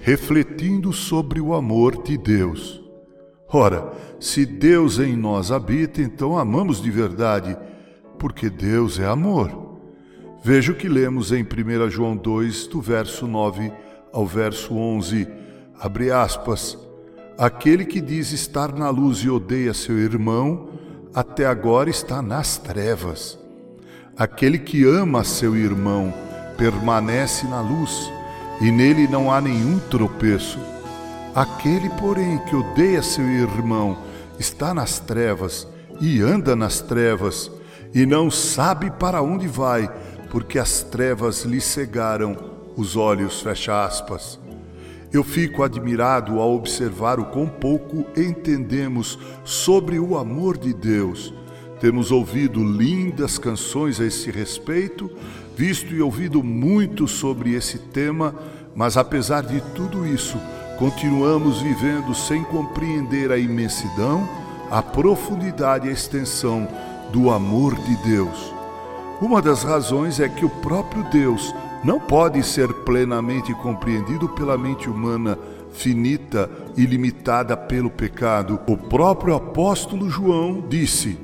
refletindo sobre o amor de Deus. Ora, se Deus em nós habita, então amamos de verdade, porque Deus é amor. Veja o que lemos em 1 João 2, do verso 9 ao verso 11, abre aspas, aquele que diz estar na luz e odeia seu irmão, até agora está nas trevas. Aquele que ama seu irmão permanece na luz, e nele não há nenhum tropeço. Aquele, porém, que odeia seu irmão está nas trevas e anda nas trevas, e não sabe para onde vai, porque as trevas lhe cegaram os olhos, fecha aspas. Eu fico admirado ao observar o quão pouco entendemos sobre o amor de Deus. Temos ouvido lindas canções a esse respeito, visto e ouvido muito sobre esse tema, mas apesar de tudo isso, continuamos vivendo sem compreender a imensidão, a profundidade e a extensão do amor de Deus. Uma das razões é que o próprio Deus não pode ser plenamente compreendido pela mente humana, finita e limitada pelo pecado. O próprio apóstolo João disse: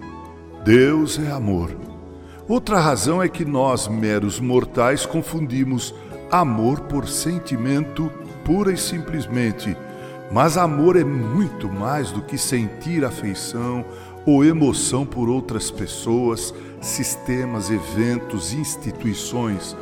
Deus é amor. Outra razão é que nós, meros mortais, confundimos amor por sentimento pura e simplesmente. Mas amor é muito mais do que sentir afeição ou emoção por outras pessoas, sistemas, eventos, instituições.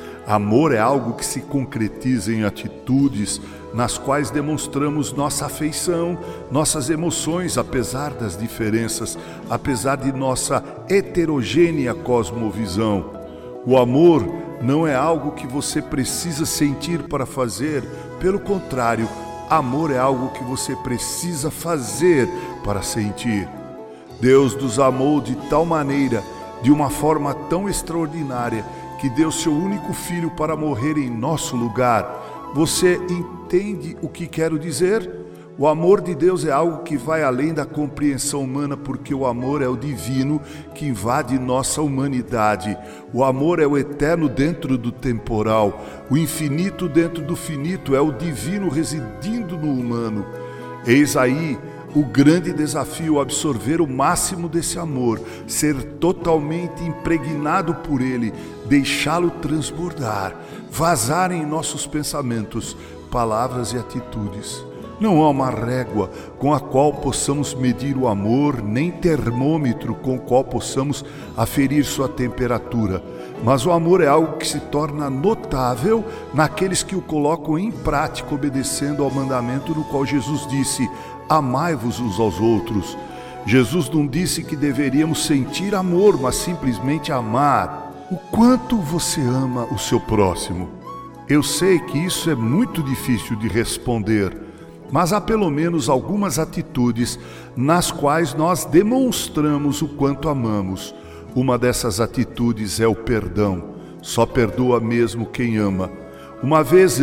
Amor é algo que se concretiza em atitudes nas quais demonstramos nossa afeição, nossas emoções, apesar das diferenças, apesar de nossa heterogênea cosmovisão. O amor não é algo que você precisa sentir para fazer, pelo contrário, amor é algo que você precisa fazer para sentir. Deus nos amou de tal maneira, de uma forma tão extraordinária, que deu seu único filho para morrer em nosso lugar. Você entende o que quero dizer? O amor de Deus é algo que vai além da compreensão humana, porque o amor é o divino que invade nossa humanidade. O amor é o eterno dentro do temporal. O infinito dentro do finito é o divino residindo no humano. Eis aí o grande desafio: absorver o máximo desse amor, ser totalmente impregnado por ele, deixá-lo transbordar, vazar em nossos pensamentos, palavras e atitudes. Não há uma régua com a qual possamos medir o amor, nem termômetro com o qual possamos aferir sua temperatura. Mas o amor é algo que se torna notável naqueles que o colocam em prática, obedecendo ao mandamento no qual Jesus disse: amai-vos uns aos outros. Jesus não disse que deveríamos sentir amor, mas simplesmente amar. O quanto você ama o seu próximo? Eu sei que isso é muito difícil de responder, mas há pelo menos algumas atitudes nas quais nós demonstramos o quanto amamos. Uma dessas atitudes é o perdão. Só perdoa mesmo quem ama. Uma vez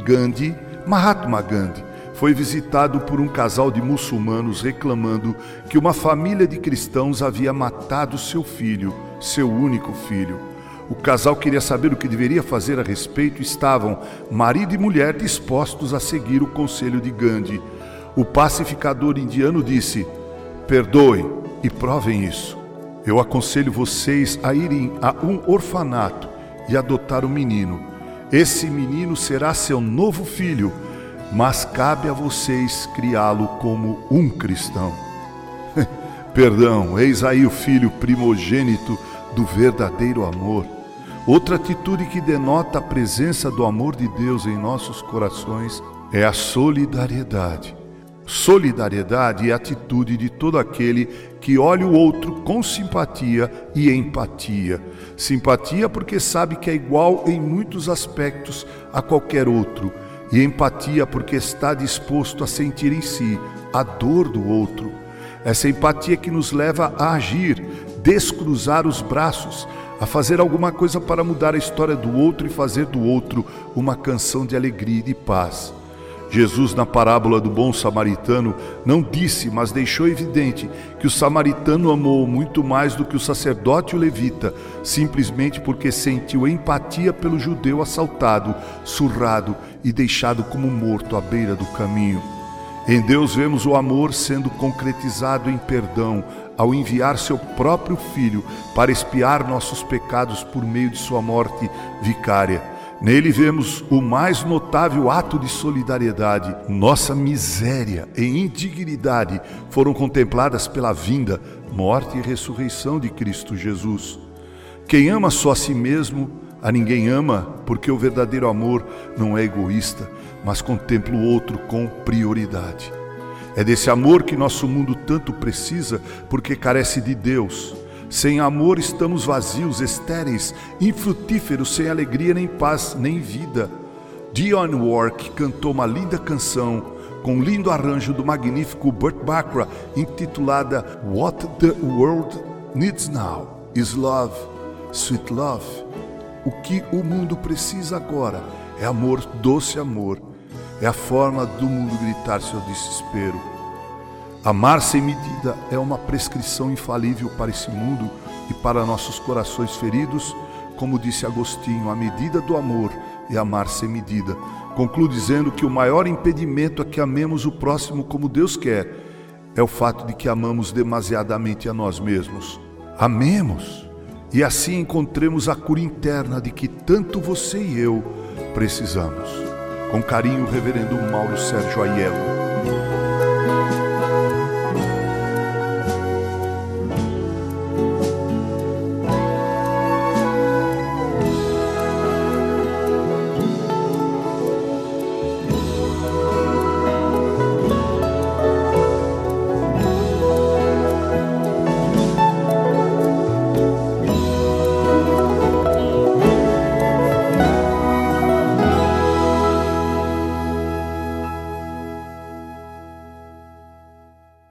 Mahatma Gandhi, foi visitado por um casal de muçulmanos reclamando que uma família de cristãos havia matado seu filho, seu único filho. O casal queria saber o que deveria fazer a respeito. Estavam marido e mulher dispostos a seguir o conselho de Gandhi. O pacificador indiano disse: perdoem e provem isso. Eu aconselho vocês a irem a um orfanato e adotar um menino. Esse menino será seu novo filho, mas cabe a vocês criá-lo como um cristão. Perdão, eis aí o filho primogênito do verdadeiro amor. Outra atitude que denota a presença do amor de Deus em nossos corações é a solidariedade. Solidariedade é a atitude de todo aquele que olha o outro com simpatia e empatia. Simpatia porque sabe que é igual em muitos aspectos a qualquer outro, e empatia porque está disposto a sentir em si a dor do outro. Essa empatia que nos leva a agir, descruzar os braços, a fazer alguma coisa para mudar a história do outro e fazer do outro uma canção de alegria e de paz. Jesus, na parábola do bom samaritano, não disse, mas deixou evidente que o samaritano amou muito mais do que o sacerdote e o levita, simplesmente porque sentiu empatia pelo judeu assaltado, surrado e deixado como morto à beira do caminho. Em Deus vemos o amor sendo concretizado em perdão, ao enviar seu próprio Filho para expiar nossos pecados por meio de sua morte vicária. Nele vemos o mais notável ato de solidariedade. Nossa miséria e indignidade foram contempladas pela vinda, morte e ressurreição de Cristo Jesus. Quem ama só a si mesmo, a ninguém ama, porque o verdadeiro amor não é egoísta, mas contempla o outro com prioridade. É desse amor que nosso mundo tanto precisa, porque carece de Deus. Sem amor estamos vazios, estéreis, infrutíferos, sem alegria, nem paz, nem vida. Dionne Warwick cantou uma linda canção com um lindo arranjo do magnífico Burt Bacharach, intitulada What the World Needs Now is Love, Sweet Love. O que o mundo precisa agora é amor, doce amor. É a forma do mundo gritar seu desespero. Amar sem medida é uma prescrição infalível para esse mundo e para nossos corações feridos, como disse Agostinho, a medida do amor é amar sem medida. Concluo dizendo que o maior impedimento a que amemos o próximo como Deus quer é o fato de que amamos demasiadamente a nós mesmos. Amemos e assim encontremos a cura interna de que tanto você e eu precisamos. Com carinho, Reverendo Mauro Sérgio Aiello.